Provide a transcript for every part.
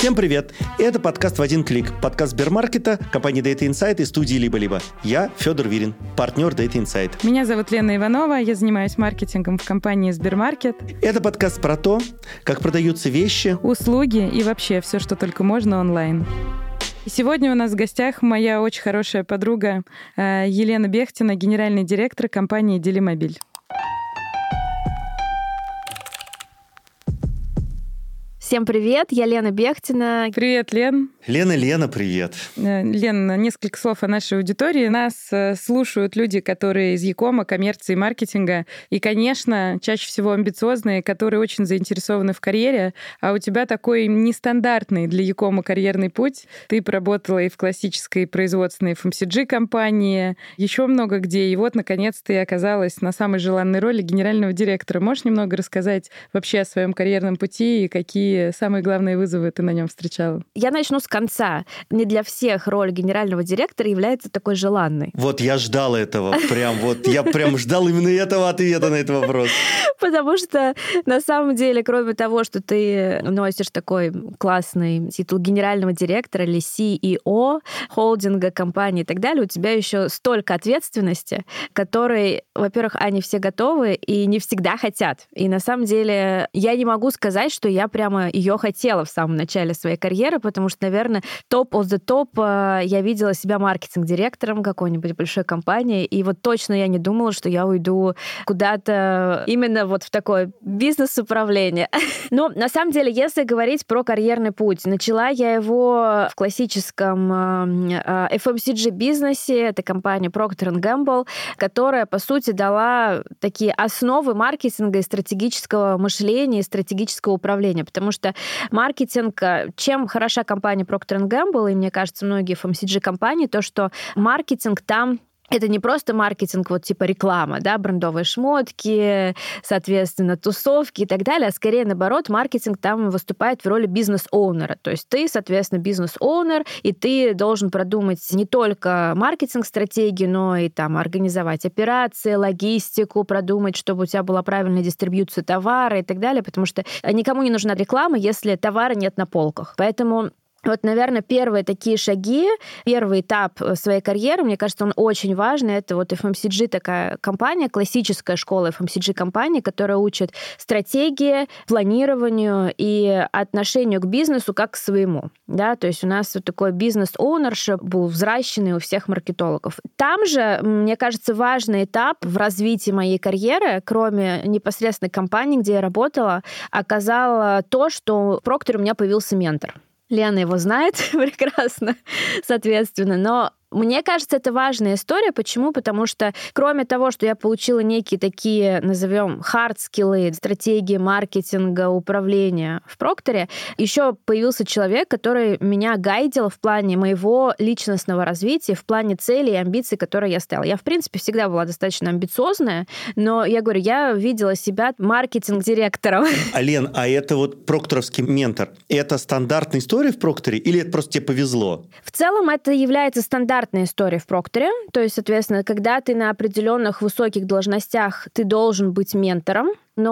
Всем привет! Это подкаст «В один клик». Подкаст Сбермаркета, компании Data Insight и студии «Либо-либо». Я Федор Вирин, партнер Data Insight. Меня зовут Лена Иванова, я занимаюсь маркетингом в компании Сбермаркет. Это подкаст про то, как продаются вещи, услуги и вообще все, что только можно онлайн. И сегодня у нас в гостях моя очень хорошая подруга Елена Бехтина, генеральный директор компании «Делимобиль». Всем привет, я Лена Бехтина. Привет, Лен. Лена, привет. Лен, несколько слов о нашей аудитории. Нас слушают люди, которые из e-кома, коммерции, маркетинга. И, конечно, чаще всего амбициозные, которые очень заинтересованы в карьере. А у тебя такой нестандартный для e-кома карьерный путь. Ты поработала и в классической производственной FMCG-компании, еще много где. И вот, наконец, ты оказалась на самой желанной роли генерального директора. Можешь немного рассказать вообще о своем карьерном пути и какие самые главные вызовы ты на нем встречала? Я начну с конца. Не для всех роль генерального директора является такой желанной. Вот я ждал этого. Я ждал именно этого ответа на этот вопрос. Потому что, на самом деле, кроме того, что ты носишь такой классный титул генерального директора или CEO холдинга, компании и так далее, у тебя еще столько ответственности, которой, во-первых, они все готовы и не всегда хотят. И на самом деле я не могу сказать, что я прямо ее хотела в самом начале своей карьеры, потому что, наверное, топ of the top я видела себя маркетинг-директором какой-нибудь большой компании, и вот точно я не думала, что я уйду куда-то именно вот в такое бизнес-управление. Но на самом деле, если говорить про карьерный путь, начала я его в классическом FMCG-бизнесе, это компания Procter & Gamble, которая, по сути, дала такие основы маркетинга и стратегического мышления, и стратегического управления, потому что маркетинг, чем хороша компания Procter & Gamble, и, мне кажется, многие FMCG-компании, то, что маркетинг там это не просто маркетинг, вот типа реклама, да, брендовые шмотки, соответственно, тусовки и так далее, а скорее, наоборот, маркетинг там выступает в роли бизнес-оунера. То есть ты, соответственно, бизнес-оунер, и ты должен продумать не только маркетинг-стратегию, но и там организовать операции, логистику, продумать, чтобы у тебя была правильная дистрибьюция товара и так далее, потому что никому не нужна реклама, если товара нет на полках. Поэтому вот, наверное, первые такие шаги, первый этап своей карьеры, мне кажется, он очень важный. Это вот FMCG такая компания, классическая школа FMCG-компании, которая учит стратегии, планированию и отношению к бизнесу как к своему. Да? То есть у нас вот такой бизнес-оунершип был взращенный у всех маркетологов. Там же, мне кажется, важный этап в развитии моей карьеры, кроме непосредственной компании, где я работала, оказало то, что в Procter у меня появился ментор. Лена его знает прекрасно, соответственно, но мне кажется, это важная история. Почему? Потому что кроме того, что я получила некие такие, назовем, хард-скиллы, стратегии маркетинга, управления в Прокторе, еще появился человек, который меня гайдил в плане моего личностного развития, в плане целей и амбиций, которые я ставила. Я, в принципе, всегда была достаточно амбициозная, но я говорю, я видела себя маркетинг-директором. Лен, а это вот прокторовский ментор, это стандартная история в Прокторе или это просто тебе повезло? В целом это является стандартной история в Прокторе. То есть, соответственно, когда ты на определенных высоких должностях, ты должен быть ментором.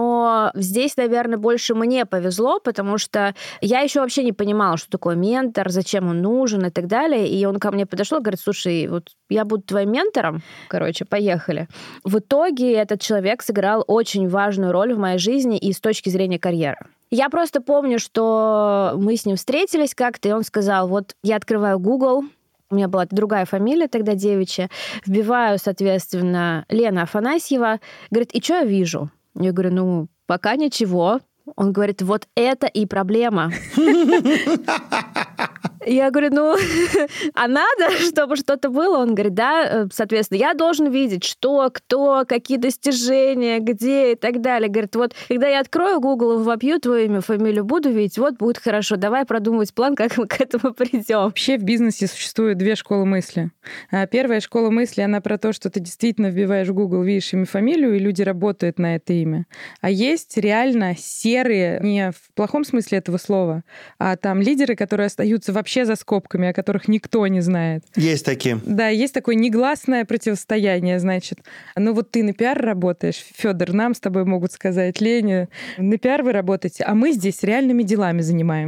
Но здесь, наверное, больше мне повезло, потому что я еще вообще не понимала, что такое ментор, зачем он нужен и так далее. И он ко мне подошел и говорит, слушай, вот я буду твоим ментором, поехали. В итоге этот человек сыграл очень важную роль в моей жизни и с точки зрения карьеры. Я просто помню, что мы с ним встретились как-то, и он сказал, вот я открываю Google, у меня была другая фамилия тогда девичья, вбиваю, соответственно, Лена Афанасьева, говорит, и что я вижу? Я говорю, пока ничего. Он говорит, вот это и проблема. Я говорю, а надо, чтобы что-то было? Он говорит, да, соответственно, я должен видеть, что, кто, какие достижения, где и так далее. Говорит, вот, когда я открою Google, вобью твое имя, фамилию, буду видеть, вот будет хорошо, давай продумывать план, как мы к этому придем. Вообще в бизнесе существует две школы мысли. Первая школа мысли, она про то, что ты действительно вбиваешь в Google, видишь имя, фамилию, и люди работают на это имя. А есть реально серые, не в плохом смысле этого слова, а там лидеры, которые остаются вообще за скобками, о которых никто не знает. Есть такие. Да, есть такое негласное противостояние, значит. Вот ты на пиар работаешь, Федор, нам с тобой могут сказать, Леня, на пиар вы работаете, а мы здесь реальными делами занимаемся.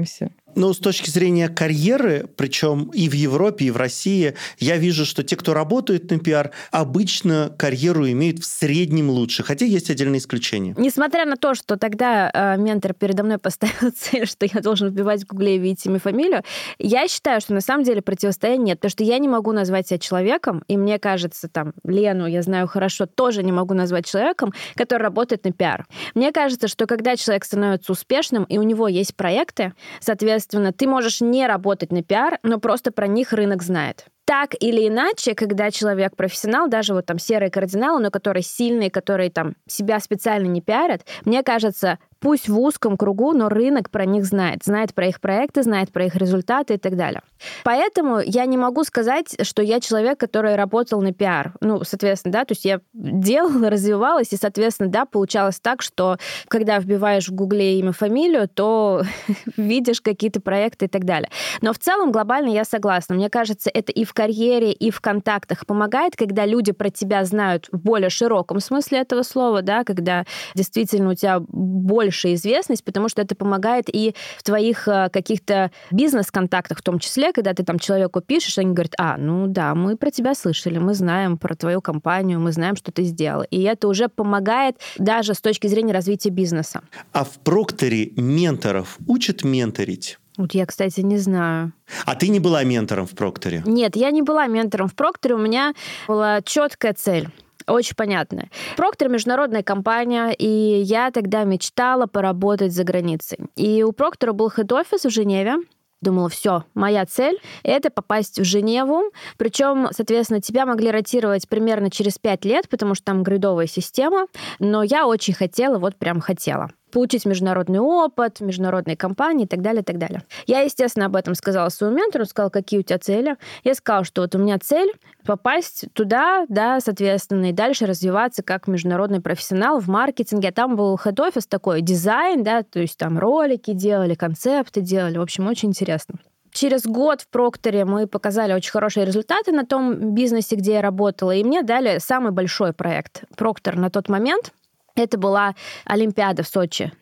Но с точки зрения карьеры, причем и в Европе, и в России, я вижу, что те, кто работают на пиар, обычно карьеру имеют в среднем лучше, хотя есть отдельные исключения. Несмотря на то, что тогда ментор передо мной поставил цель, что я должен вбивать в Гугле и видеть имя, фамилию, я считаю, что на самом деле противостояния нет, потому что я не могу назвать себя человеком, и мне кажется, там, Лену я знаю хорошо, тоже не могу назвать человеком, который работает на пиар. Мне кажется, что когда человек становится успешным, и у него есть проекты, соответственно, ты можешь не работать на пиар, но просто про них рынок знает. Так или иначе, когда человек профессионал, даже вот там серые кардиналы, но которые сильные, которые там себя специально не пиарят, мне кажется, пусть в узком кругу, но рынок про них знает. Знает про их проекты, знает про их результаты и так далее. Поэтому я не могу сказать, что я человек, который работал на пиар. Ну, соответственно, да, то есть я делала, развивалась, и, соответственно, да, получалось так, что когда вбиваешь в Гугле имя, фамилию, то видишь какие-то проекты и так далее. Но в целом глобально я согласна. Мне кажется, это и в карьере, и в контактах помогает, когда люди про тебя знают в более широком смысле этого слова, да, когда действительно у тебя большая известность, потому что это помогает и в твоих каких-то бизнес-контактах в том числе, когда ты там человеку пишешь, они говорят, ну да, мы про тебя слышали, мы знаем про твою компанию, мы знаем, что ты сделал. И это уже помогает даже с точки зрения развития бизнеса. А в Прокторе менторов учат менторить? Вот я, кстати, не знаю. А ты не была ментором в Прокторе? Нет, я не была ментором в Прокторе, у меня была четкая цель. Очень понятно. Проктор — международная компания, и я тогда мечтала поработать за границей. И у Проктора был хед-офис в Женеве. Думала, все, моя цель — это попасть в Женеву. Причем, соответственно, тебя могли ротировать примерно через 5 лет, потому что там грейдовая система. Но я очень хотела, вот прям хотела получить международный опыт, международные компании и так далее, и так далее. Я, естественно, об этом сказала своему ментору, сказала, какие у тебя цели. Я сказала, что вот у меня цель попасть туда, да, соответственно, и дальше развиваться как международный профессионал в маркетинге. А там был хед-офис такой, дизайн, да, то есть там ролики делали, концепты делали. В общем, очень интересно. Через год в Прокторе мы показали очень хорошие результаты на том бизнесе, где я работала, и мне дали самый большой проект. Проктор на тот момент — это была Олимпиада в Сочи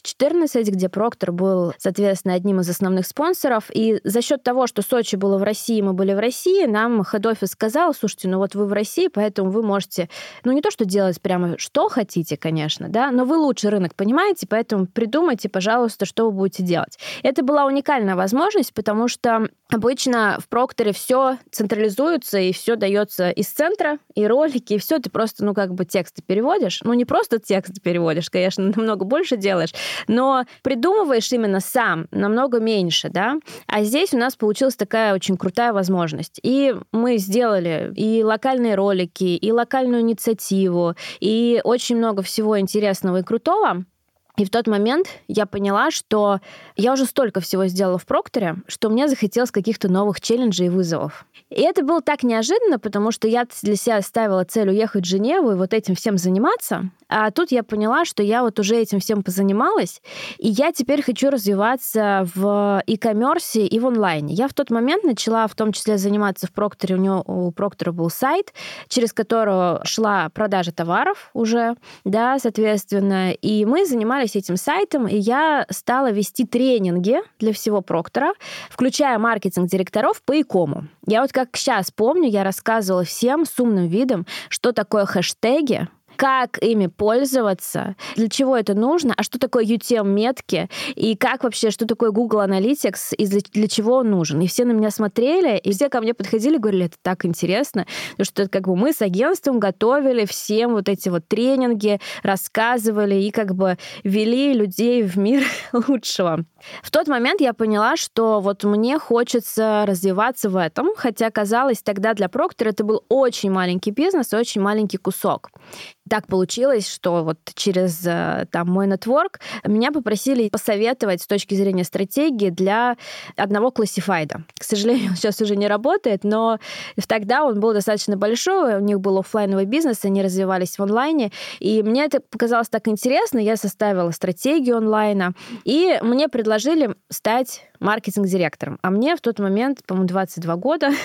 2014, где Проктор был, соответственно, одним из основных спонсоров. И за счет того, что Сочи было в России, мы были в России, нам хед-офис сказал, слушайте, ну вот вы в России, поэтому вы можете, ну не то, что делать прямо что хотите, конечно, да, но вы лучше рынок понимаете, поэтому придумайте, пожалуйста, что вы будете делать. Это была уникальная возможность, потому что обычно в Прокторе все централизуется, и все дается из центра, и ролики, и все, ты просто, ну как бы тексты переводишь, ну не просто текст переводишь, конечно, намного больше делаешь, но придумываешь именно сам намного меньше, да. А здесь у нас получилась такая очень крутая возможность. И мы сделали и локальные ролики, и локальную инициативу, и очень много всего интересного и крутого. И в тот момент я поняла, что я уже столько всего сделала в Прокторе, что мне захотелось каких-то новых челленджей и вызовов. И это было так неожиданно, потому что я для себя ставила цель уехать в Женеву и вот этим всем заниматься. А тут я поняла, что я вот уже этим всем позанималась, и я теперь хочу развиваться в e-commerce и в онлайне. Я в тот момент начала в том числе заниматься в Прокторе. У Проктора был сайт, через который шла продажа товаров уже, да, соответственно. И мы занимались этим сайтом, и я стала вести тренинги для всего Проктора, включая маркетинг-директоров по e-кому. Я вот как сейчас помню, я рассказывала всем с умным видом, что такое хэштеги, как ими пользоваться, для чего это нужно, а что такое UTM-метки, и как вообще, что такое Google Analytics, и для чего он нужен. И все на меня смотрели, и все ко мне подходили и говорили, это так интересно, потому что как бы мы с агентством готовили всем вот эти вот тренинги, рассказывали и как бы вели людей в мир лучшего. В тот момент я поняла, что вот мне хочется развиваться в этом, хотя казалось тогда для Проктора это был очень маленький бизнес, очень маленький кусок. Так получилось, что вот через там, мой нетворк меня попросили посоветовать с точки зрения стратегии для одного классифайда. К сожалению, он сейчас уже не работает, но тогда он был достаточно большой, у них был офлайновый бизнес, они развивались в онлайне, и мне это показалось так интересно, я составила стратегию онлайна, и мне предложили стать маркетинг-директором. А мне в тот момент, по-моему, 22 года,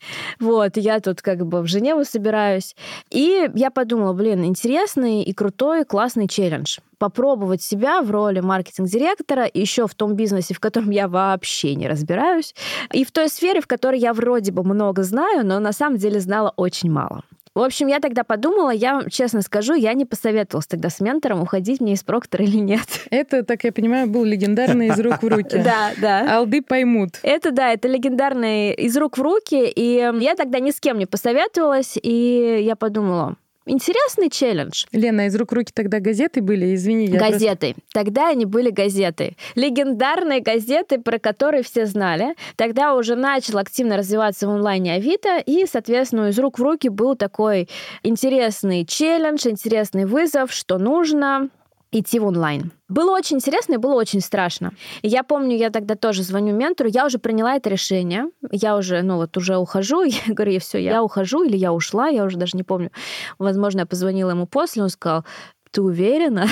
Вот, я тут как бы в Женеву собираюсь. И я подумала, интересный и крутой, классный челлендж. Попробовать себя в роли маркетинг-директора еще в том бизнесе, в котором я вообще не разбираюсь, и в той сфере, в которой я вроде бы много знаю, но на самом деле знала очень мало. В общем, я тогда подумала, я честно скажу, я не посоветовалась тогда с ментором, уходить мне из Проктора или нет. Это, так я понимаю, был легендарный «Из рук в руки». Да. Алды поймут. Это легендарный «Из рук в руки», и я тогда ни с кем не посоветовалась, и я подумала, интересный челлендж. Лена, «Из рук в руки» тогда газеты были? Извини, газеты. Тогда они были газеты. Легендарные газеты, про которые все знали. Тогда уже начал активно развиваться в онлайне Авито, и, соответственно, «Из рук в руки» был такой интересный челлендж, интересный вызов, что нужно идти в онлайн. Было очень интересно и было очень страшно. И я помню, я тогда тоже звоню ментору, я уже приняла это решение, я уже, уже ухожу, я говорю, я ухожу, или я ушла, я уже даже не помню. Возможно, я позвонила ему после, он сказал, ты уверена?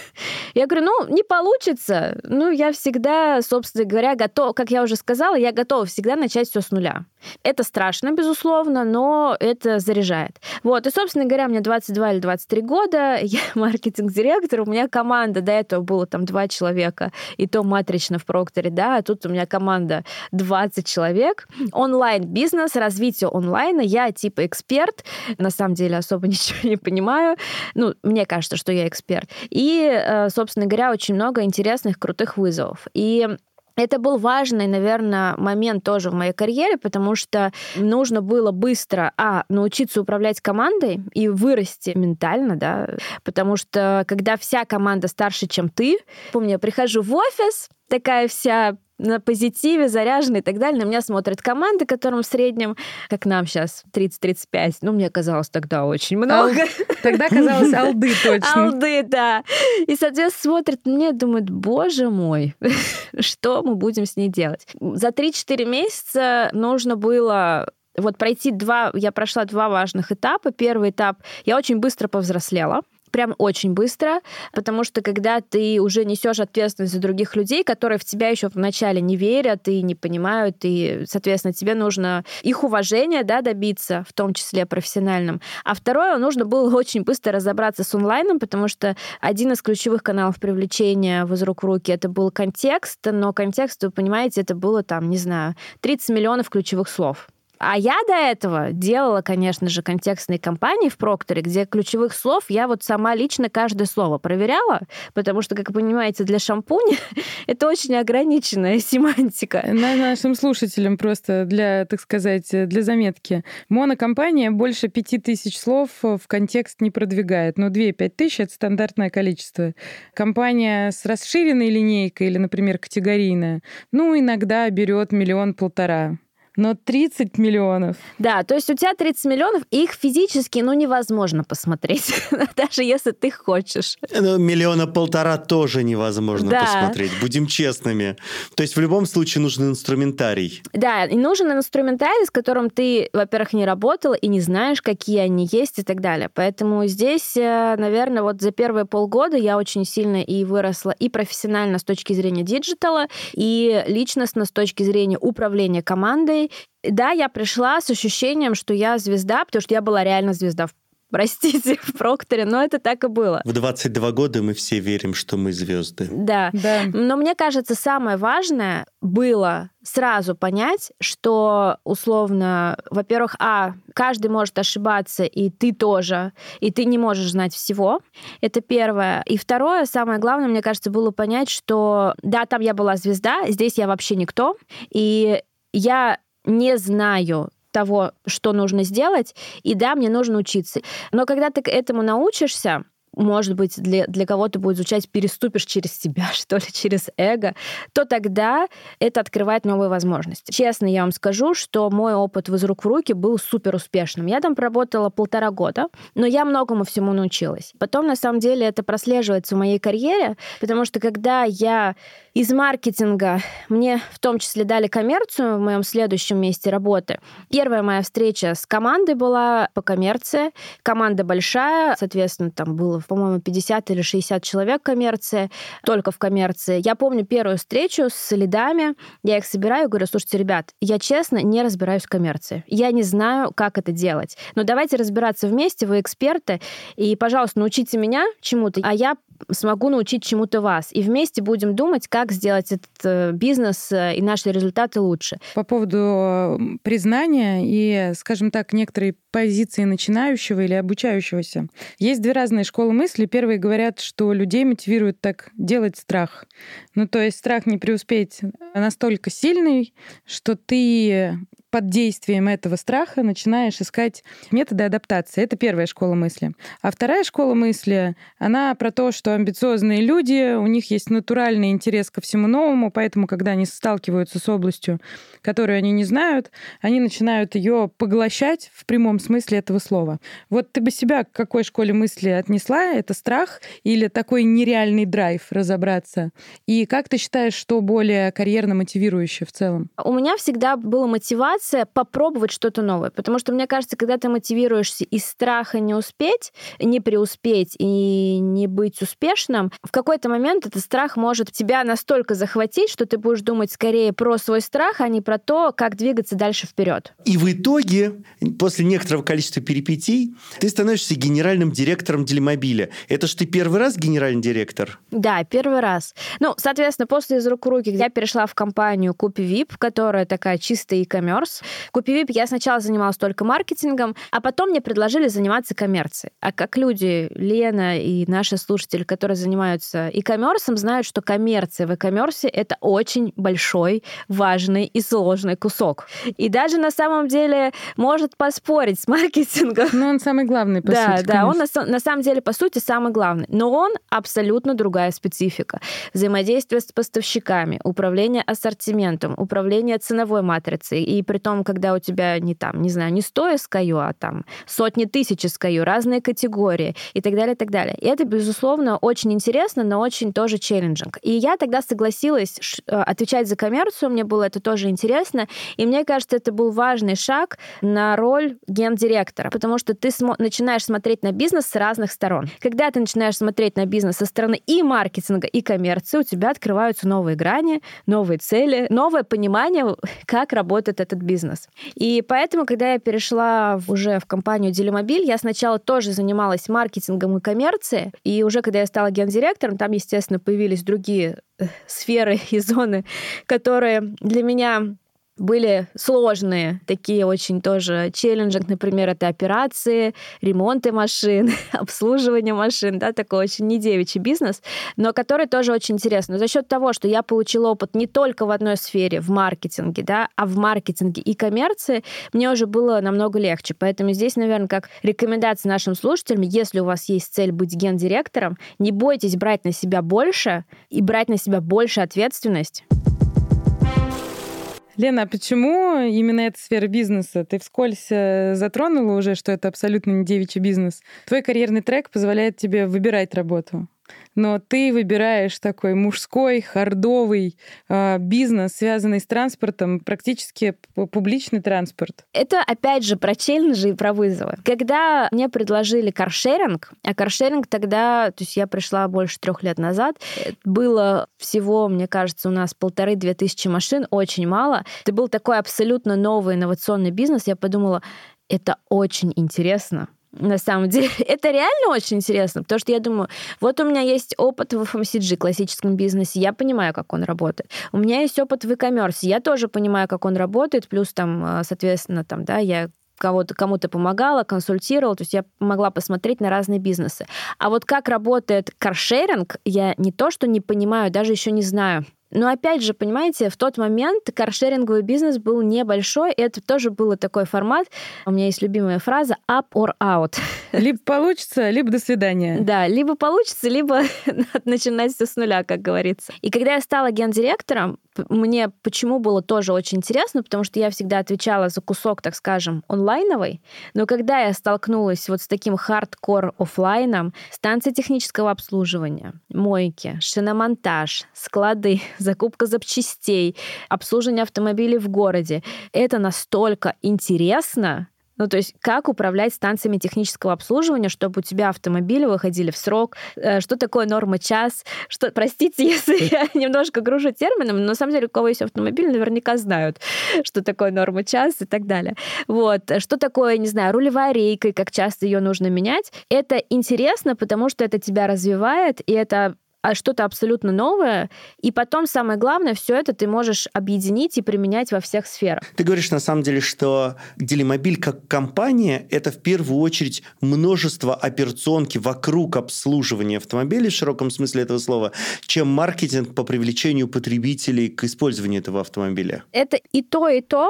Я говорю, не получится. Я всегда, собственно говоря, готова, как я уже сказала, я готова всегда начать все с нуля. Это страшно, безусловно, но это заряжает. Вот, и, собственно говоря, мне 22 или 23 года, я маркетинг-директор, у меня команда, до этого было там 2 человека, и то матрично в Прокторе, да, а тут у меня команда 20 человек. Онлайн-бизнес, развитие онлайна, я типа эксперт, на самом деле особо ничего не понимаю, мне кажется, что я эксперт. И, собственно говоря, очень много интересных, крутых вызовов. И это был важный, наверное, момент тоже в моей карьере, потому что нужно было быстро, научиться управлять командой и вырасти ментально, да, потому что когда вся команда старше, чем ты, помню, я прихожу в офис, такая вся на позитиве, заряженный и так далее. На меня смотрят команды, которым в среднем, как нам сейчас, 30-35. Мне казалось тогда очень много. Тогда казалось алды точно. Алды, да. И, соответственно, смотрят на меня и думают, боже мой, что мы будем с ней делать? За 3-4 месяца нужно было пройти я прошла 2 важных этапа. Первый этап, я очень быстро повзрослела. Прям очень быстро, потому что когда ты уже несешь ответственность за других людей, которые в тебя еще вначале не верят и не понимают, и, соответственно, тебе нужно их уважения, да, добиться, в том числе профессиональном. А второе, нужно было очень быстро разобраться с онлайном, потому что один из ключевых каналов привлечения в «Из рук в руки» это был контекст, но контекст, вы понимаете, это было 30 миллионов ключевых слов. А я до этого делала, конечно же, контекстные кампании в Прокторе, где ключевых слов я сама лично каждое слово проверяла, потому что, как вы понимаете, для шампуня это очень ограниченная семантика. Нашим слушателям просто для заметки. Монокомпания больше 5000 слов в контекст не продвигает. 2-5 тысяч — это стандартное количество. Компания с расширенной линейкой или, например, категорийная, иногда берет 1-1,5 миллиона. Но 30 миллионов. Да, то есть у тебя 30 миллионов, и их физически, невозможно посмотреть, даже если ты хочешь. 1,5 миллиона тоже невозможно посмотреть, будем честными. То есть в любом случае нужен инструментарий. Да, и нужен инструментарий, с которым ты, во-первых, не работал и не знаешь, какие они есть и так далее. Поэтому здесь, наверное, за первые полгода я очень сильно и выросла и профессионально с точки зрения диджитала, и личностно с точки зрения управления командой. Да, я пришла с ощущением, что я звезда, потому что я была реально звезда простите, в Прокторе, но это так и было. В 22 года мы все верим, что мы звезды. Да. Но мне кажется, самое важное было сразу понять, что, условно, во-первых, каждый может ошибаться, и ты тоже, и ты не можешь знать всего. Это первое. И второе, самое главное, мне кажется, было понять, что да, там я была звезда, здесь я вообще никто, и я не знаю того, что нужно сделать, и да, мне нужно учиться. Но когда ты к этому научишься, может быть, для кого-то будет звучать, переступишь через себя, что ли, через эго, то тогда это открывает новые возможности. Честно, я вам скажу, что мой опыт в «Из рук в руки» был супер успешным. Я там проработала 1,5 года, но я многому всему научилась. Потом, на самом деле, это прослеживается в моей карьере, потому что когда я из маркетинга, мне в том числе дали коммерцию в моем следующем месте работы, первая моя встреча с командой была по коммерции. Команда большая, соответственно, там было по-моему, 50 или 60 человек коммерции, только в коммерции. Я помню первую встречу с лидами, я их собираю и говорю: слушайте, ребят, я честно не разбираюсь в коммерции. Я не знаю, как это делать. Но давайте разбираться вместе, вы эксперты, и, пожалуйста, научите меня чему-то, а я смогу научить чему-то вас. И вместе будем думать, как сделать этот бизнес и наши результаты лучше. По поводу признания и, скажем так, некоторой позиции начинающего или обучающегося. Есть две разные школы мысли. Первые говорят, что людей мотивирует так делать страх. Ну, то есть страх не преуспеть настолько сильный, что ты под действием этого страха начинаешь искать методы адаптации. Это первая школа мысли. А вторая школа мысли, она про то, что амбициозные люди, у них есть натуральный интерес ко всему новому, поэтому, когда они сталкиваются с областью, которую они не знают, они начинают ее поглощать в прямом смысле этого слова. Вот ты бы себя к какой школе мысли отнесла? Это страх или такой нереальный драйв разобраться? И как ты считаешь, что более карьерно мотивирующее в целом? У меня всегда была мотивация попробовать что-то новое, потому что, мне кажется, когда ты мотивируешься из страха не успеть, не преуспеть и не быть успешным, в какой-то момент этот страх может тебя настолько захватить, что ты будешь думать скорее про свой страх, а не про то, как двигаться дальше вперед. И в итоге, после некоторого количества перипетий, ты становишься генеральным директором Делимобиля. Это ж ты первый раз генеральный директор? Да, первый раз. Ну, соответственно, после «Из рук в руки» я перешла в компанию CupiVip, которая такая чистая e-commerce. В CupiVip я сначала занималась только маркетингом, а потом мне предложили заниматься коммерцией. А как люди, Лена и наши слушатели, которые занимаются e-commerce, знают, что коммерция в e-commerce — это очень большой, важный и сложный кусок. И даже на самом деле может поспорить с маркетингом. Но он самый главный, по сути. Да, он на самом деле, по сути, самый главный. Но он абсолютно другая специфика. Взаимодействие с поставщиками, управление ассортиментом, управление ценовой матрицей. И при том, когда у тебя не 100 SKU, а там сотни тысяч SKU, разные категории и так далее, и так далее. И это, безусловно, очень интересно, но очень тоже челленджинг. И я тогда согласилась отвечать за коммерцию, мне было это тоже интересно, и мне кажется, это был важный шаг на роль гендиректора, потому что ты начинаешь смотреть на бизнес с разных сторон. Когда ты начинаешь смотреть на бизнес со стороны и маркетинга, и коммерции, у тебя открываются новые грани, новые цели, новое понимание, как работает этот бизнес. И поэтому, когда я перешла уже в компанию Делимобиль, я сначала тоже занималась маркетингом и коммерцией, и уже когда я стала гендиректором, там, естественно, появились другие сферы и зоны, которые для меня были сложные, такие очень тоже челленджинг, например, это операции, ремонты машин, обслуживание машин, да, такой очень не девичий бизнес, но который тоже очень интересный. Но за счет того, что я получила опыт не только в одной сфере, в маркетинге, да, а в маркетинге и коммерции, мне уже было намного легче. Поэтому здесь, наверное, как рекомендация нашим слушателям, если у вас есть цель быть гендиректором, не бойтесь брать на себя больше и брать на себя больше ответственность. Лена, а почему именно эта сфера бизнеса? Ты вскользь затронула уже, что это абсолютно не девичий бизнес. Твой карьерный трек позволяет тебе выбирать работу. Но ты выбираешь такой мужской, хардовый бизнес, связанный с транспортом, практически публичный транспорт. Это, опять же, про челленджи и про вызовы. Когда мне предложили каршеринг, а каршеринг тогда, то есть я пришла больше 3 лет назад, было всего, мне кажется, у нас 1500-2000 машин, очень мало. Это был такой абсолютно новый инновационный бизнес. Я подумала, это очень интересно. На самом деле, это реально очень интересно, потому что я думаю, вот у меня есть опыт в FMCG, классическом бизнесе, я понимаю, как он работает. У меня есть опыт в e-commerce, я тоже понимаю, как он работает, плюс там, соответственно, там, да, я кому-то помогала, консультировала, то есть я могла посмотреть на разные бизнесы. А вот как работает каршеринг, я не то, что не понимаю, даже еще не знаю. Но опять же, понимаете, в тот момент каршеринговый бизнес был небольшой, и это тоже был такой формат. У меня есть любимая фраза «up or out». Либо получится, либо до свидания. Да, либо получится, либо начинать все с нуля, как говорится. И когда я стала гендиректором, мне почему было тоже очень интересно, потому что я всегда отвечала за кусок, так скажем, онлайновый, но когда я столкнулась вот с таким хардкор офлайном, станции технического обслуживания, мойки, шиномонтаж, склады, закупка запчастей, обслуживание автомобилей в городе, это настолько интересно, Ну, то есть как управлять станциями технического обслуживания, чтобы у тебя автомобили выходили в срок, что такое норма час, что, простите, если я немножко гружу термином, но на самом деле у кого есть автомобиль, наверняка знают, что такое норма час и так далее. Вот. Что такое, не знаю, рулевая рейка, и как часто ее нужно менять. Это интересно, потому что это тебя развивает, и это что-то абсолютно новое, и потом, самое главное, все это ты можешь объединить и применять во всех сферах. Ты говоришь, на самом деле, что Делимобиль как компания – это в первую очередь множество операционки вокруг обслуживания автомобилей в широком смысле этого слова, чем маркетинг по привлечению потребителей к использованию этого автомобиля. Это и то,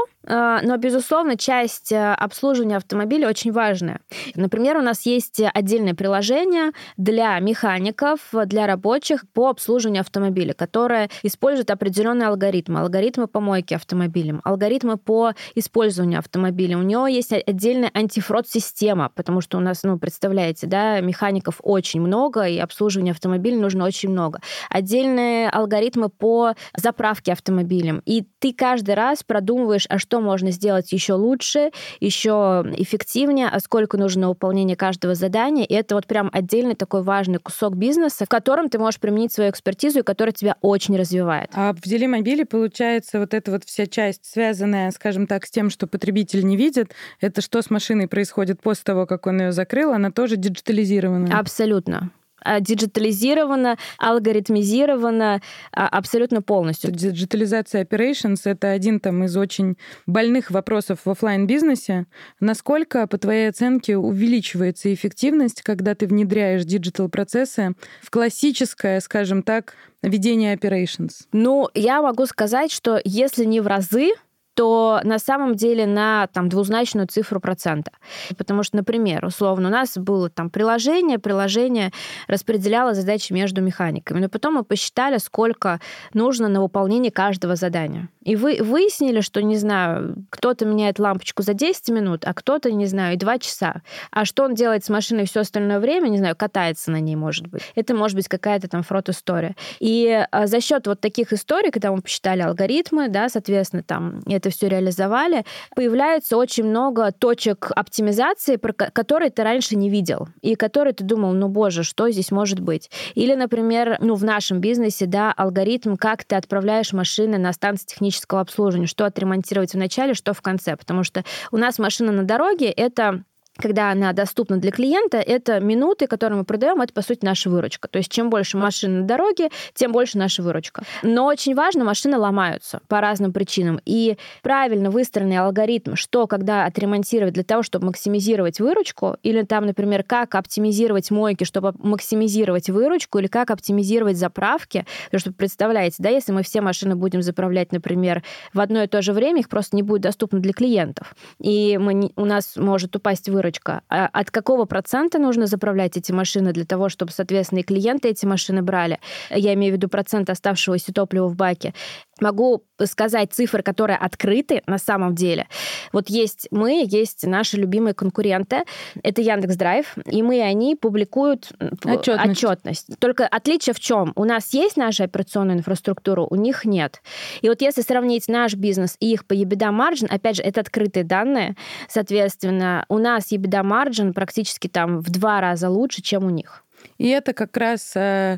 но, безусловно, часть обслуживания автомобиля очень важная. Например, у нас есть отдельное приложение для механиков, для рабочих по обслуживанию автомобиля, которое использует определенные алгоритмы помойки автомобилем, алгоритмы по использованию автомобиля. У него есть отдельная антифрод-система, потому что у нас, представляете, да, механиков очень много, и обслуживания автомобиля нужно очень много. Отдельные алгоритмы по заправке автомобилем. И ты каждый раз продумываешь, а что можно сделать еще лучше, еще эффективнее, а сколько нужно на выполнение каждого задания. И это вот прям отдельный такой важный кусок бизнеса, в котором ты можешь применить свою экспертизу и который тебя очень развивает. А в Делимобиле, получается, вот эта вот вся часть, связанная, скажем так, с тем, что потребитель не видит, это что с машиной происходит после того, как он ее закрыл, она тоже диджитализирована? Абсолютно. Диджитализировано, алгоритмизировано абсолютно полностью. Диджитализация operations — это один из очень больных вопросов в офлайн-бизнесе. Насколько, по твоей оценке, увеличивается эффективность, когда ты внедряешь диджитал-процессы в классическое, скажем так, ведение operations? Я могу сказать, что если не в разы, то на самом деле на двузначную цифру процента. Потому что, например, условно, у нас было приложение распределяло задачи между механиками, но потом мы посчитали, сколько нужно на выполнение каждого задания. И выяснили, что, не знаю, кто-то меняет лампочку за 10 минут, а кто-то, не знаю, и 2 часа. А что он делает с машиной все остальное время, не знаю, катается на ней, может быть. Это может быть какая-то фрод-история. И за счет вот таких историй, когда мы посчитали алгоритмы, да, соответственно, это все реализовали, появляется очень много точек оптимизации, которые ты раньше не видел, и которые ты думал, боже, что здесь может быть? Или, например, в нашем бизнесе, да, алгоритм, как ты отправляешь машины на станции технического обслуживания, что отремонтировать в начале, что в конце, потому что у нас машина на дороге — это когда она доступна для клиента, это минуты, которые мы продаем, это, по сути, наша выручка. То есть чем больше машин на дороге, тем больше наша выручка. Но очень важно, машины ломаются по разным причинам. И правильно выстроенный алгоритм, что когда отремонтировать для того, чтобы максимизировать выручку, или например, как оптимизировать мойки, чтобы максимизировать выручку, или как оптимизировать заправки. Потому что, представляете, да, если мы все машины будем заправлять, например, в одно и то же время, их просто не будет доступно для клиентов. И у нас может упасть выручка. А от какого процента нужно заправлять эти машины для того, чтобы, соответственно, и клиенты эти машины брали? Я имею в виду процент оставшегося топлива в баке. Могу сказать цифры, которые открыты на самом деле. Вот есть наши любимые конкуренты. Это Яндекс.Драйв, и они публикуют отчетность. Только отличие в чем? У нас есть наша операционная инфраструктура, у них нет. И вот если сравнить наш бизнес и их по EBITDA margin, опять же, это открытые данные, соответственно, у нас EBITDA margin практически в 2 раза лучше, чем у них. И это как раз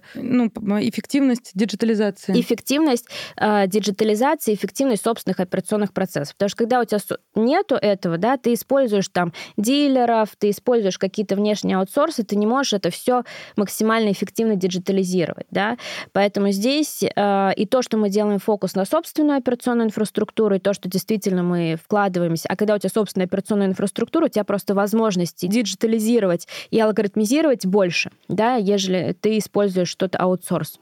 эффективность диджитализации. Эффективность диджитализации, эффективность собственных операционных процессов. Потому что когда у тебя нету этого, да, ты используешь дилеров, ты используешь какие-то внешние аутсорсы, ты не можешь это все максимально эффективно диджитализировать. Да? Поэтому здесь и то, что мы делаем фокус на собственную операционную инфраструктуру, и то, что действительно мы вкладываемся, а когда у тебя собственная операционная инфраструктура, у тебя просто возможности диджитализировать и алгоритмизировать больше, да, ежели ты используешь что-то аутсорс.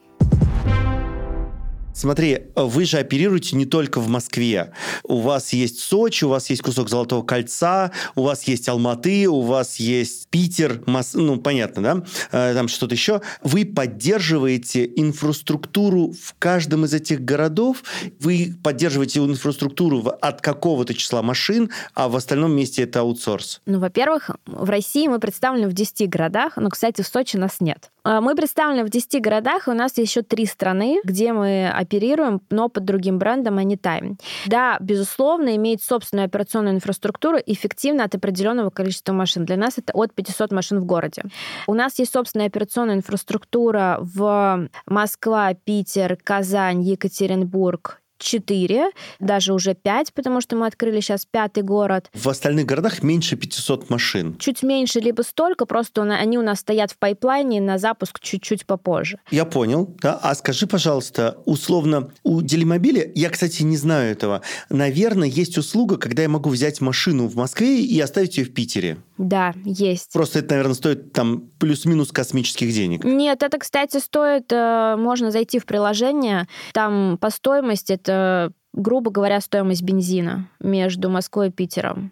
Смотри, вы же оперируете не только в Москве. У вас есть Сочи, у вас есть кусок Золотого кольца, у вас есть Алматы, у вас есть Питер, понятно, да? Там что-то еще. Вы поддерживаете инфраструктуру в каждом из этих городов, вы поддерживаете инфраструктуру от какого-то числа машин, а в остальном месте это аутсорс. Во-первых, в России мы представлены в 10 городах, но, кстати, в Сочи нас нет. Мы представлены в 10 городах, и у нас есть еще 3 страны, где мы оперируем, но под другим брендом, а не Time. Да, безусловно, иметь собственную операционную инфраструктуру эффективно от определенного количества машин. Для нас это от 500 машин в городе. У нас есть собственная операционная инфраструктура в Москва, Питер, Казань, Екатеринбург, 4, даже уже 5, потому что мы открыли сейчас 5-й город. В остальных городах меньше 500 машин. Чуть меньше, либо столько, просто они у нас стоят в пайплайне на запуск чуть-чуть попозже. Я понял, да. А скажи, пожалуйста, условно, у Делимобиля, я, кстати, не знаю этого, наверное, есть услуга, когда я могу взять машину в Москве и оставить ее в Питере. Да, есть. Просто это, наверное, стоит там плюс-минус космических денег. Нет, это, кстати, стоит, можно зайти в приложение, там по стоимости это, грубо говоря, стоимость бензина между Москвой и Питером.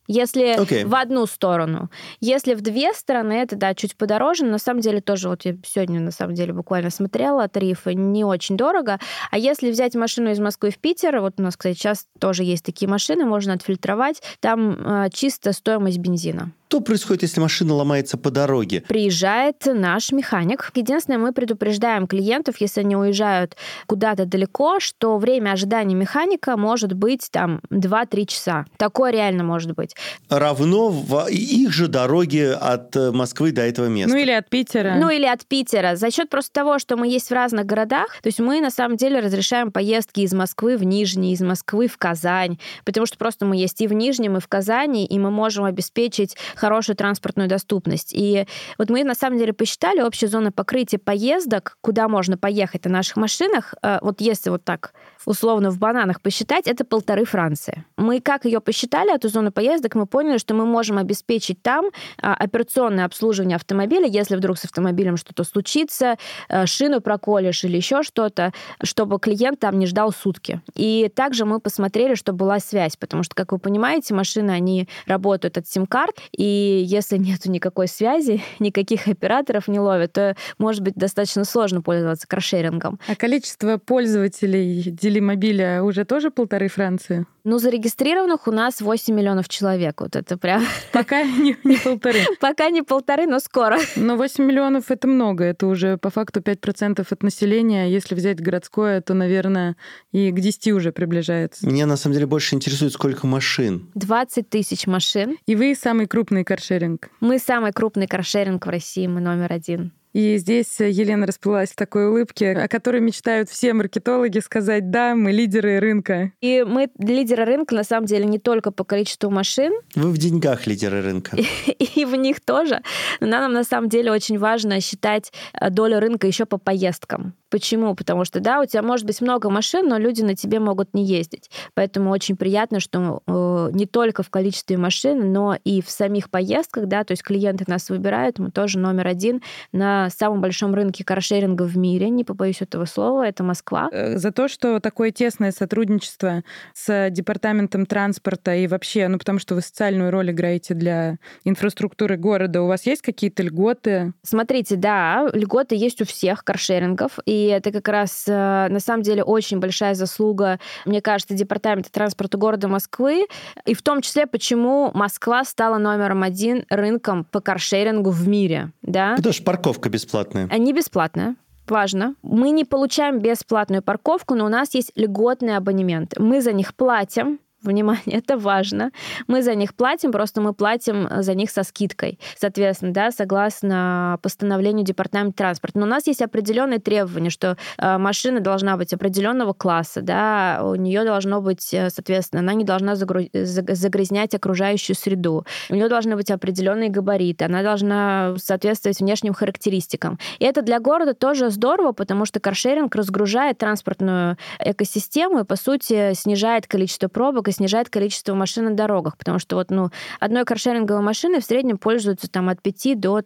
Если в одну сторону. Если в две стороны, это, да, чуть подороже. Но на самом деле тоже, вот я сегодня, на самом деле, буквально смотрела тарифы, не очень дорого. А если взять машину из Москвы в Питер, вот у нас, кстати, сейчас тоже есть такие машины, можно отфильтровать, там чисто стоимость бензина. Что происходит, если машина ломается по дороге? Приезжает наш механик. Единственное, мы предупреждаем клиентов, если они уезжают куда-то далеко, что время ожидания механика может быть там 2-3 часа. Такое реально может быть. Равно в их же дороге от Москвы до этого места. Ну или от Питера. Ну или от Питера. За счет просто того, что мы есть в разных городах, то есть мы на самом деле разрешаем поездки из Москвы в Нижний, из Москвы в Казань, потому что просто мы есть и в Нижнем, и в Казани, и мы можем обеспечить хорошую транспортную доступность. И вот мы на самом деле посчитали общую зону покрытия поездок, куда можно поехать на наших машинах, вот если вот так условно в бананах посчитать, это 1,5 Франции. Мы как ее посчитали, эту зону поездок, мы поняли, что мы можем обеспечить там операционное обслуживание автомобиля, если вдруг с автомобилем что-то случится, шину проколешь или еще что-то, чтобы клиент там не ждал сутки. И также мы посмотрели, чтобы была связь, потому что, как вы понимаете, машины, они работают от сим-карт, и если нету никакой связи, никаких операторов не ловят, то может быть достаточно сложно пользоваться каршерингом. А количество пользователей Делимобиля уже тоже 1,5 Франции? Ну, зарегистрированных у нас 8 миллионов человек. Вот это прям... Пока не 1,5. Пока не 1,5, но скоро. Но 8 миллионов — это много. Это уже по факту 5% от населения. Если взять городское, то, наверное, и к 10 уже приближается. Меня, на самом деле, больше интересует, сколько машин. 20 тысяч машин. И вы самый крупный каршеринг? Мы самый крупный каршеринг в России, мы номер 1. И здесь Елена расплылась в такой улыбке, о которой мечтают все маркетологи сказать: да, мы лидеры рынка. И мы лидеры рынка, на самом деле, не только по количеству машин. Вы в деньгах лидеры рынка. И в них тоже. Но нам на самом деле очень важно считать долю рынка еще по поездкам. Почему? Потому что, да, у тебя может быть много машин, но люди на тебе могут не ездить. Поэтому очень приятно, что не только в количестве машин, но и в самих поездках, да, то есть клиенты нас выбирают, мы тоже номер 1 на самом большом рынке каршеринга в мире, не побоюсь этого слова, это Москва. За то, что такое тесное сотрудничество с департаментом транспорта и вообще, ну, потому что вы социальную роль играете для инфраструктуры города, у вас есть какие-то льготы? Смотрите, да, льготы есть у всех каршерингов, и это как раз, на самом деле, очень большая заслуга, мне кажется, департамента транспорта города Москвы, и в том числе, почему Москва стала номером 1 рынком по каршерингу в мире, да? Потому что парковка бесплатная. Не бесплатная. Важно. Мы не получаем бесплатную парковку, но у нас есть льготные абонементы. Мы за них платим. Внимание, это важно. Мы за них платим, просто мы платим за них со скидкой. Соответственно, да, согласно постановлению департамента транспорта. Но у нас есть определенные требования, что машина должна быть определенного класса, да, у нее должно быть, соответственно, она не должна загрязнять окружающую среду, у нее должны быть определенные габариты, она должна соответствовать внешним характеристикам. И это для города тоже здорово, потому что каршеринг разгружает транспортную экосистему и, по сути, снижает количество пробок, снижает количество машин на дорогах, потому что вот, одной каршеринговой машиной в среднем пользуются там от 5 до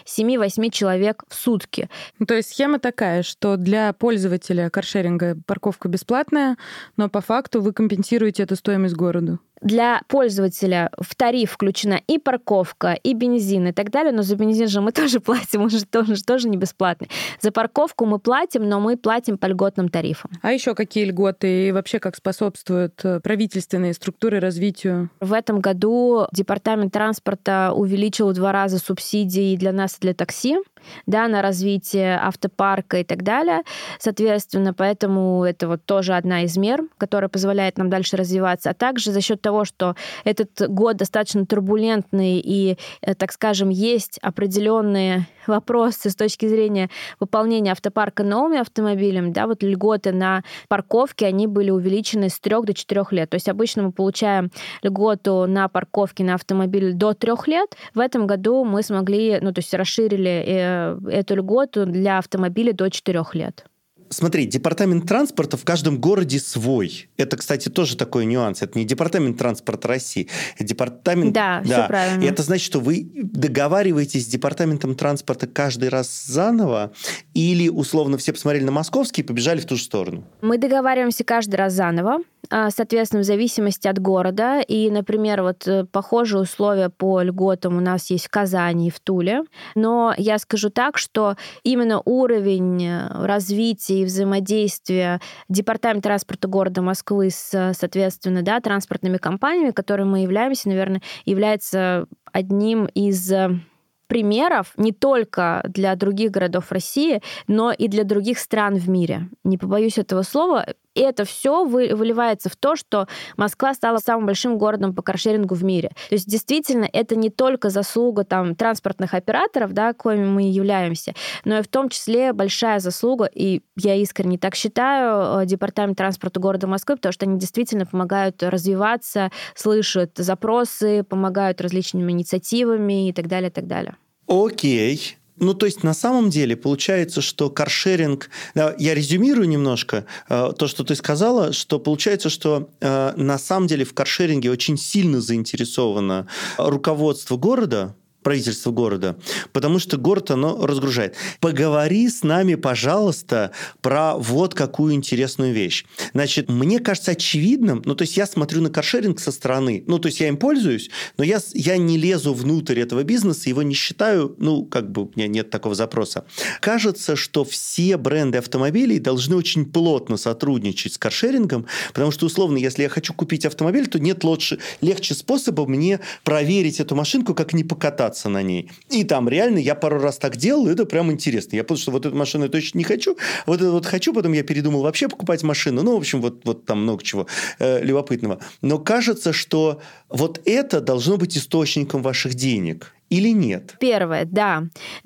7-8 человек в сутки. То есть схема такая, что для пользователя каршеринга парковка бесплатная, но по факту вы компенсируете эту стоимость городу. Для пользователя в тариф включена и парковка, и бензин, и так далее, но за бензин же мы тоже платим, он же тоже не бесплатный. За парковку мы платим, но мы платим по льготным тарифам. А еще какие льготы и вообще как способствуют правительственные структуры развитию? В этом году департамент транспорта увеличил в 2 раза субсидии для нас и для такси. да, на развитие автопарка и так далее. Соответственно, поэтому это вот тоже одна из мер, которая позволяет нам дальше развиваться. А также за счет того, что этот год достаточно турбулентный и, так скажем, есть определенные вопросы с точки зрения выполнения автопарка новыми автомобилями, да, вот льготы на парковки, они были увеличены с 3 до 4 лет. То есть обычно мы получаем льготу на парковки на автомобиль до 3 лет. В этом году мы смогли, то есть расширили эту льготу для автомобилей до 4 лет. Смотри, департамент транспорта в каждом городе свой. Это, кстати, тоже такой нюанс. Это не департамент транспорта России, это департамент... Да, все правильно. И это значит, что вы договариваетесь с департаментом транспорта каждый раз заново, или, условно, все посмотрели на московский и побежали в ту же сторону? Мы договариваемся каждый раз заново, соответственно, в зависимости от города. И, например, вот похожие условия по льготам у нас есть в Казани и в Туле. Но я скажу так, что именно уровень развития и взаимодействия Департамента транспорта города Москвы с, соответственно, да, транспортными компаниями, которыми мы являемся, наверное, является одним из примеров не только для других городов России, но и для других стран в мире. Не побоюсь этого слова. И это все выливается в то, что Москва стала самым большим городом по каршерингу в мире. То есть действительно это не только заслуга транспортных операторов, да, коими мы являемся, но и в том числе большая заслуга, и я искренне так считаю, Департамент транспорта города Москвы, потому что они действительно помогают развиваться, слышат запросы, помогают различными инициативами и так далее, и так далее. Окей. То есть, на самом деле, получается, что каршеринг... Я резюмирую немножко то, что ты сказала, что получается, что на самом деле в каршеринге очень сильно заинтересовано руководство города, правительство города, потому что город, оно разгружает. Поговори с нами, пожалуйста, про вот какую интересную вещь. Значит, мне кажется очевидным, то есть я смотрю на каршеринг со стороны, то есть я им пользуюсь, но я не лезу внутрь этого бизнеса, его не считаю, у меня нет такого запроса. Кажется, что все бренды автомобилей должны очень плотно сотрудничать с каршерингом, потому что, условно, если я хочу купить автомобиль, то нет легче способа мне проверить эту машинку, как не покататься на ней. И там реально я пару раз так делал, и это прям интересно. Я понял, что вот эту машину я точно не хочу, вот это вот хочу, потом я передумал вообще покупать машину. В общем, вот там много чего любопытного. Но кажется, что вот это должно быть источником ваших денег. Или нет? Первое, да,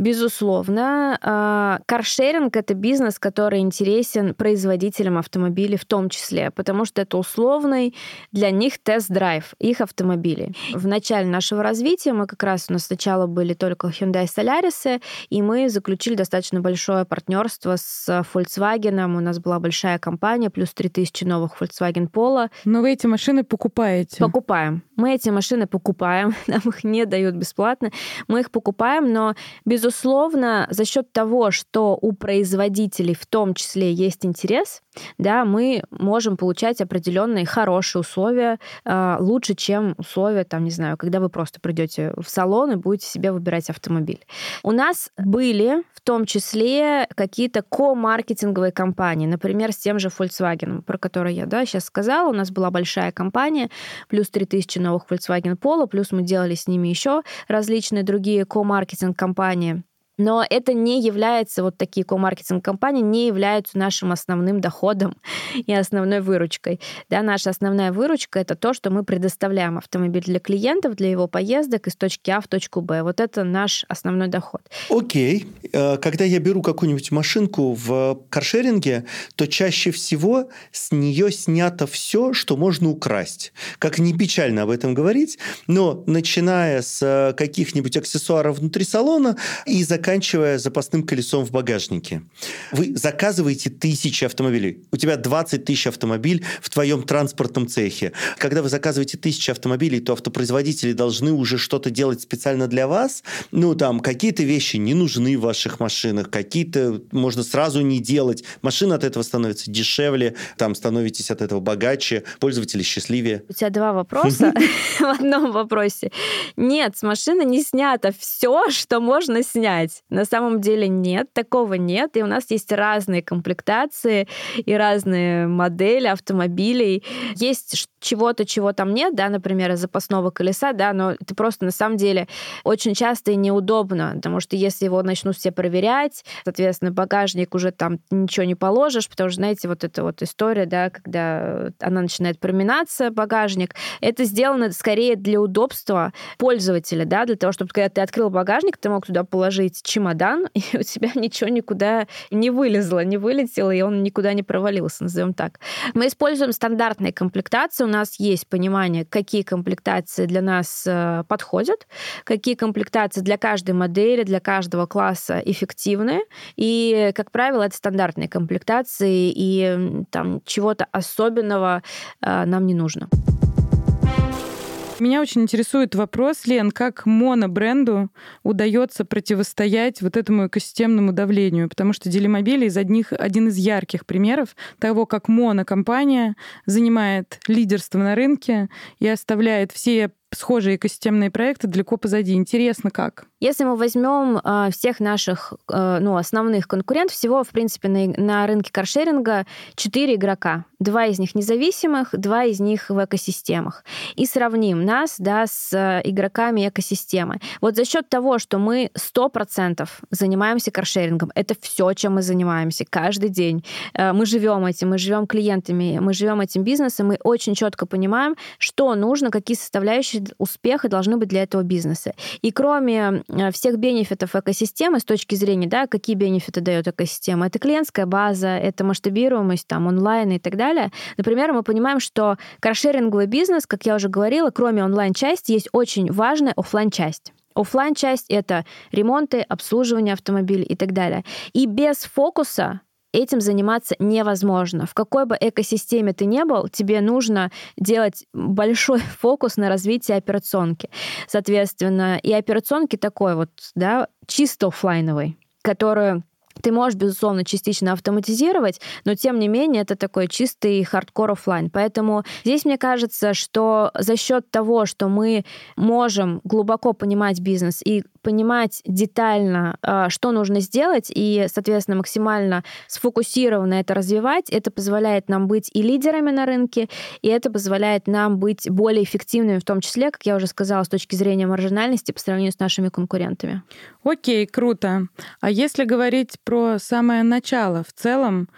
безусловно. Каршеринг — это бизнес, который интересен производителям автомобилей в том числе, потому что это условный для них тест-драйв их автомобилей. В начале нашего развития у нас сначала были только Hyundai Solaris, и мы заключили достаточно большое партнерство с Volkswagen. У нас была большая компания, плюс 3000 новых Volkswagen Polo. Но вы эти машины покупаете? Покупаем. Мы эти машины покупаем, нам их не дают бесплатно. Мы их покупаем, но, безусловно, за счет того, что у производителей в том числе есть интерес, да, мы можем получать определенные хорошие условия, лучше, чем условия, когда вы просто придете в салон и будете себе выбирать автомобиль. У нас были в том числе какие-то ко-маркетинговые компании, например, с тем же Volkswagen, про который я сейчас сказала. У нас была большая компания, плюс 3000 новых Volkswagen Polo, плюс мы делали с ними еще различные другие ко-маркетинг-компании. Но это не является, такие ко-маркетинг-компании не являются нашим основным доходом и основной выручкой. Да, наша основная выручка — это то, что мы предоставляем автомобиль для клиентов, для его поездок из точки А в точку Б. Вот это наш основной доход. Окей. Когда я беру какую-нибудь машинку в каршеринге, то чаще всего с нее снято все, что можно украсть. Как ни печально об этом говорить, но начиная с каких-нибудь аксессуаров внутри салона и заканчивая запасным колесом в багажнике. Вы заказываете 1000 автомобилей. У тебя 20 тысяч автомобилей в твоем транспортном цехе. Когда вы заказываете 1000 автомобилей, то автопроизводители должны уже что-то делать специально для вас. Какие-то вещи не нужны в ваших машинах, какие-то можно сразу не делать. Машина от этого становится дешевле, становитесь от этого богаче, пользователи счастливее. У тебя 2 вопроса в одном вопросе. Нет, с машины не снято все, что можно снять. выбирать. На самом деле нет, такого нет. И у нас есть разные комплектации и разные модели автомобилей. Есть чего-то, чего там нет, да, например, запасного колеса, да, но это просто на самом деле очень часто и неудобно, потому что если его начнут все проверять, соответственно, багажник уже там ничего не положишь, потому что, знаете, вот эта вот история, да, когда она начинает проминаться, багажник, это сделано скорее для удобства пользователя, да, для того, чтобы, когда ты открыл багажник, ты мог туда положить чемодан, и у тебя ничего никуда не вылезло, не вылетело, и он никуда не провалился, назовем так. Мы используем стандартные комплектации, у нас есть понимание, какие комплектации для нас подходят, какие комплектации для каждой модели, для каждого класса эффективны, и, как правило, это стандартные комплектации, и там чего-то особенного нам не нужно. Меня очень интересует вопрос, Лен, как монобренду удается противостоять вот этому экосистемному давлению, потому что Делимобили один из ярких примеров того, как монокомпания занимает лидерство на рынке и оставляет все схожие экосистемные проекты далеко позади. Интересно, как? Если мы возьмем всех наших основных конкурентов, всего, в принципе, на рынке каршеринга 4 игрока. 2 из них независимых, 2 из них в экосистемах. И сравним нас, да, с игроками экосистемы. Вот за счет того, что мы 100% занимаемся каршерингом, это все, чем мы занимаемся каждый день. Мы живем этим, мы живем клиентами, мы живем этим бизнесом, мы очень четко понимаем, что нужно, какие составляющие успеха должны быть для этого бизнеса. И кроме всех бенефитов экосистемы с точки зрения, да, какие бенефиты дает экосистема, это клиентская база, это масштабируемость, там, онлайн и так далее. Например, мы понимаем, что каршеринговый бизнес, как я уже говорила, кроме онлайн-части, есть очень важная офлайн-часть. Офлайн-часть — это ремонты, обслуживание автомобилей и так далее. И без фокуса этим заниматься невозможно. В какой бы экосистеме ты ни был, тебе нужно делать большой фокус на развитие операционки. Соответственно, и операционки такой вот, да, чисто офлайновый, которую ты можешь, безусловно, частично автоматизировать, но, тем не менее, это такой чистый хардкор офлайн. Поэтому здесь, мне кажется, что за счет того, что мы можем глубоко понимать бизнес и понимать детально, что нужно сделать, и, соответственно, максимально сфокусированно это развивать, это позволяет нам быть и лидерами на рынке, и это позволяет нам быть более эффективными, в том числе, как я уже сказала, с точки зрения маржинальности по сравнению с нашими конкурентами. Окей, круто. А если говорить про самое начало, в целом,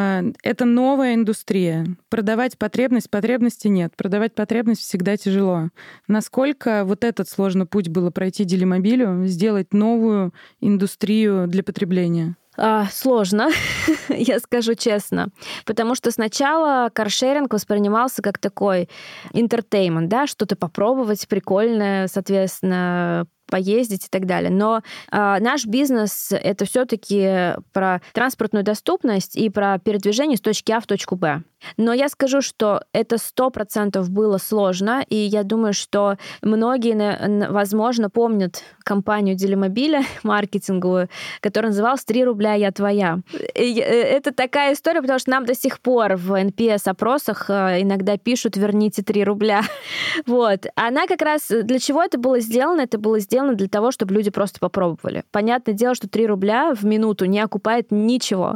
это новая индустрия. Продавать потребности нет. Продавать потребность всегда тяжело. Насколько вот этот сложный путь было пройти Делимобилю, сделать новую индустрию для потребления? Сложно, я скажу честно, потому что сначала каршеринг воспринимался как такой entertainment, да, что-то попробовать прикольное, соответственно, поездить и так далее. Но наш бизнес — это все-таки про транспортную доступность и про передвижение с точки А в точку Б. Но я скажу, что это 100% было сложно, и я думаю, что многие, возможно, помнят компанию Делимобиля маркетинговую, которая называлась «3 рубля, я твоя». И это такая история, потому что нам до сих пор в NPS-опросах иногда пишут «верните 3 рубля». Вот. Она как раз... Для чего это было сделано? Это было сделано для того, чтобы люди просто попробовали. Понятное дело, что 3 рубля в минуту не окупает ничего.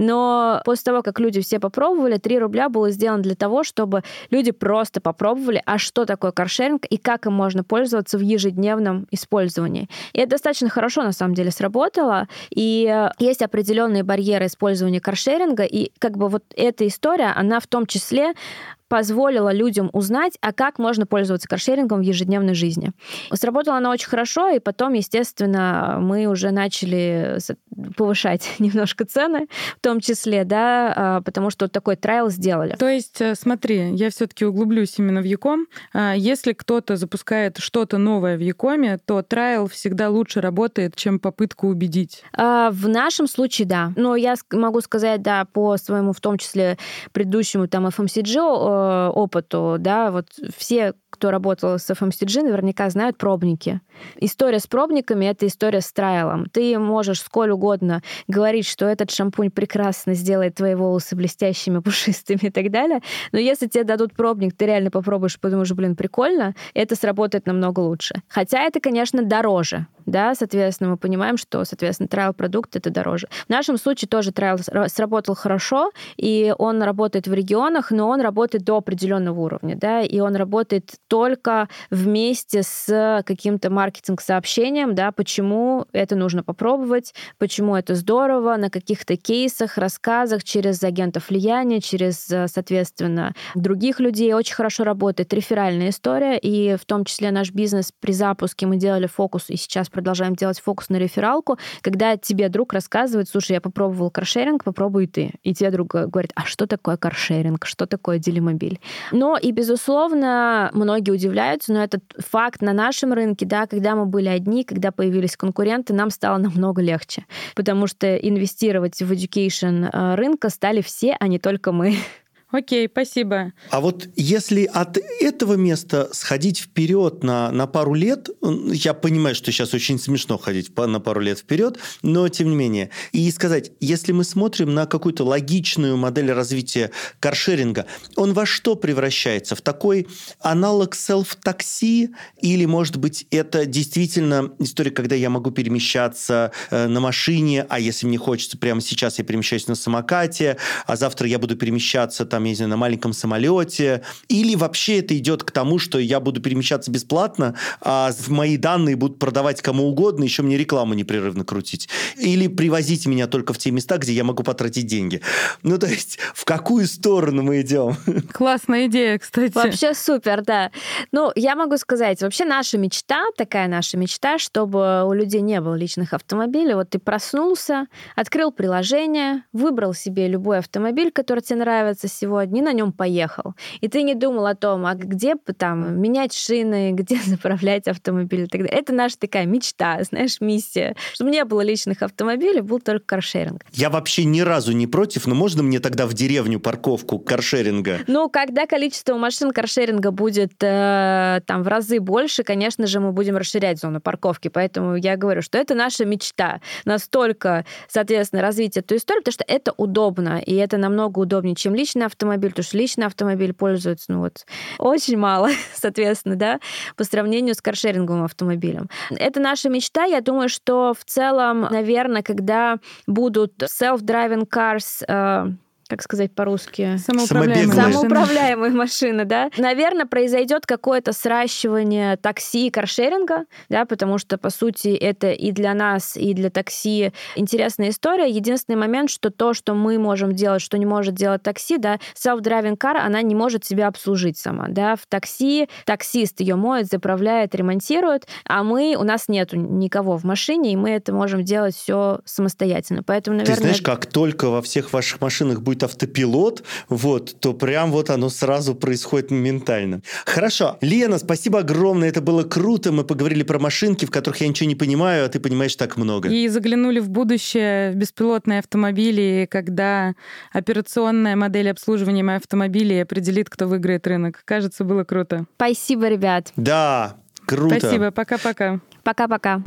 Но после того, как люди все попробовали, 3 рубля было сделано для того, чтобы люди просто попробовали, а что такое каршеринг и как им можно пользоваться в ежедневном использовании. И это достаточно хорошо, на самом деле, сработало. И есть определенные барьеры использования каршеринга, и как бы вот эта история, она в том числе позволила людям узнать, а как можно пользоваться каршерингом в ежедневной жизни. Сработала она очень хорошо, и потом, естественно, мы уже начали повышать немножко цены, в том числе, да, потому что вот такой трайл сделали. То есть, смотри, я все-таки углублюсь именно в Яком. Если кто-то запускает что-то новое в Якоме, то трайл всегда лучше работает, чем попытка убедить. В нашем случае, да. Но я могу сказать, да, по своему, в том числе, предыдущему там FMCG опыту, да, вот все, кто работал с FMCG, наверняка знают пробники. История с пробниками — это история с трайлом. Ты можешь сколь угодно говорить, что этот шампунь прекрасно сделает твои волосы блестящими, пушистыми и так далее, но если тебе дадут пробник, ты реально попробуешь и подумаешь, прикольно, это сработает намного лучше. Хотя это, конечно, дороже. Да, соответственно, мы понимаем, что, соответственно, трайл-продукт — это дороже. В нашем случае тоже трайл сработал хорошо, и он работает в регионах, но он работает до определенного уровня, да, и он работает только вместе с каким-то маркетинг-сообщением, да, почему это нужно попробовать, почему это здорово, на каких-то кейсах, рассказах, через агентов влияния, через, соответственно, других людей. Очень хорошо работает реферальная история, и в том числе наш бизнес при запуске мы делали фокус, и сейчас продолжаем делать фокус на рефералку, когда тебе друг рассказывает: слушай, я попробовал каршеринг, попробуй и ты. И тебе друг говорит: а что такое каршеринг, что такое Делимобиль? Но и, безусловно, многие удивляются, но этот факт на нашем рынке, да, когда мы были одни, когда появились конкуренты, нам стало намного легче, потому что инвестировать в education рынка стали все, а не только мы. Окей, спасибо. А вот если от этого места сходить вперед на пару лет, я понимаю, что сейчас очень смешно ходить на пару лет вперед, но тем не менее, и сказать, если мы смотрим на какую-то логичную модель развития каршеринга, он во что превращается? В такой аналог селф-такси? Или, может быть, это действительно история, когда я могу перемещаться на машине, а если мне хочется прямо сейчас, я перемещаюсь на самокате, а завтра я буду перемещаться там, я не знаю, на маленьком самолете, или вообще это идет к тому, что я буду перемещаться бесплатно, а мои данные будут продавать кому угодно, еще мне рекламу непрерывно крутить. Или привозить меня только в те места, где я могу потратить деньги. Ну, то есть, в какую сторону мы идем? Классная идея, кстати. Вообще супер, да. Ну, я могу сказать, вообще наша мечта, чтобы у людей не было личных автомобилей. Вот ты проснулся, открыл приложение, выбрал себе любой автомобиль, который тебе нравится сегодня, на нем поехал. И ты не думал о том, а где там менять шины, где заправлять автомобиль и так далее. Это наша такая мечта, знаешь, миссия. Чтобы не было личных автомобилей, был только каршеринг. Я вообще ни разу не против, но можно мне тогда в деревню парковку каршеринга? Ну, когда количество машин каршеринга будет там в разы больше, конечно же, мы будем расширять зону парковки. Поэтому я говорю, что это наша мечта. Настолько, соответственно, развить эту историю, потому что это удобно, и это намного удобнее, чем личный автомобиль, потому что личный автомобиль пользуется, очень мало, соответственно, да, по сравнению с каршеринговым автомобилем. Это наша мечта. Я думаю, что в целом, наверное, когда будут self-driving cars, как сказать по-русски? Самоуправляемые машины, да. Наверное, произойдет какое-то сращивание такси и каршеринга, да, потому что, по сути, это и для нас, и для такси интересная история. Единственный момент, что то, что мы можем делать, что не может делать такси, да, self-driving car, она не может себя обслужить сама, да. В такси таксист ее моет, заправляет, ремонтирует, а у нас нету никого в машине, и мы это можем делать все самостоятельно. Поэтому, наверное... Ты знаешь, как только во всех ваших машинах будет автопилот, то прям оно сразу происходит моментально. Хорошо. Лена, спасибо огромное, это было круто. Мы поговорили про машинки, в которых я ничего не понимаю, а ты понимаешь так много. И заглянули в будущее, в беспилотные автомобили, когда операционная модель обслуживания автомобилей определит, кто выиграет рынок. Кажется, было круто. Спасибо, ребят. Да, круто. Спасибо, пока-пока. Пока-пока.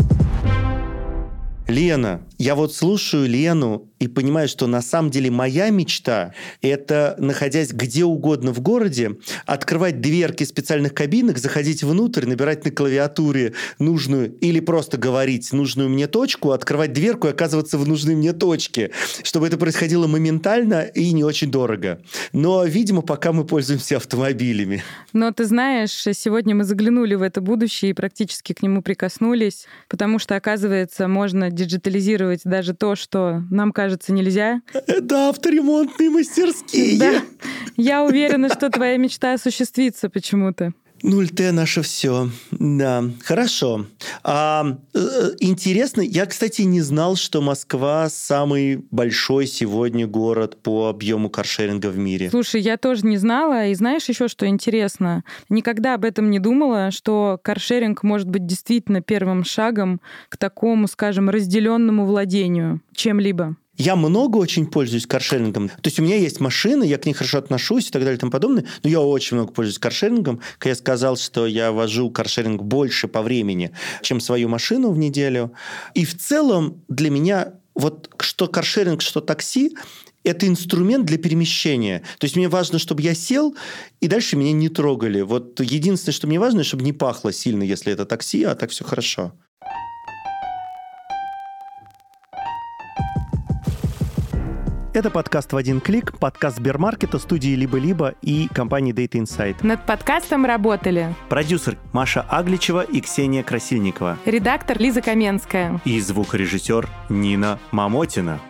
Лена, я слушаю Лену и понимаю, что на самом деле моя мечта – это, находясь где угодно в городе, открывать дверки специальных кабинок, заходить внутрь, набирать на клавиатуре нужную или просто говорить нужную мне точку, открывать дверку и оказываться в нужной мне точке, чтобы это происходило моментально и не очень дорого. Но, видимо, пока мы пользуемся автомобилями. Но ты знаешь, сегодня мы заглянули в это будущее и практически к нему прикоснулись, потому что, оказывается, можно диджитализировать даже то, что нам кажется нельзя. Это авторемонтные мастерские. Да. Я уверена, что твоя мечта осуществится почему-то. 0Т наше все. Да, хорошо. Интересно, я, кстати, не знал, что Москва самый большой сегодня город по объему каршеринга в мире. Слушай, я тоже не знала. И знаешь еще, что интересно? Никогда об этом не думала, что каршеринг может быть действительно первым шагом к такому, скажем, разделенному владению чем-либо. Я много очень пользуюсь каршерингом. То есть у меня есть машины, я к ней хорошо отношусь и так далее и тому подобное, но я очень много пользуюсь каршерингом. Как я сказал, что я вожу каршеринг больше по времени, чем свою машину в неделю. И в целом для меня вот что каршеринг, что такси – это инструмент для перемещения. То есть мне важно, чтобы я сел, и дальше меня не трогали. Вот единственное, что мне важно, чтобы не пахло сильно, если это такси, а так все хорошо. Это подкаст «В один клик», подкаст Сбермаркета, студии «Либо-либо» и компании Data Insight. Над подкастом работали продюсер Маша Агличева и Ксения Красильникова, редактор Лиза Каменская и звукорежиссер Нина Мамотина.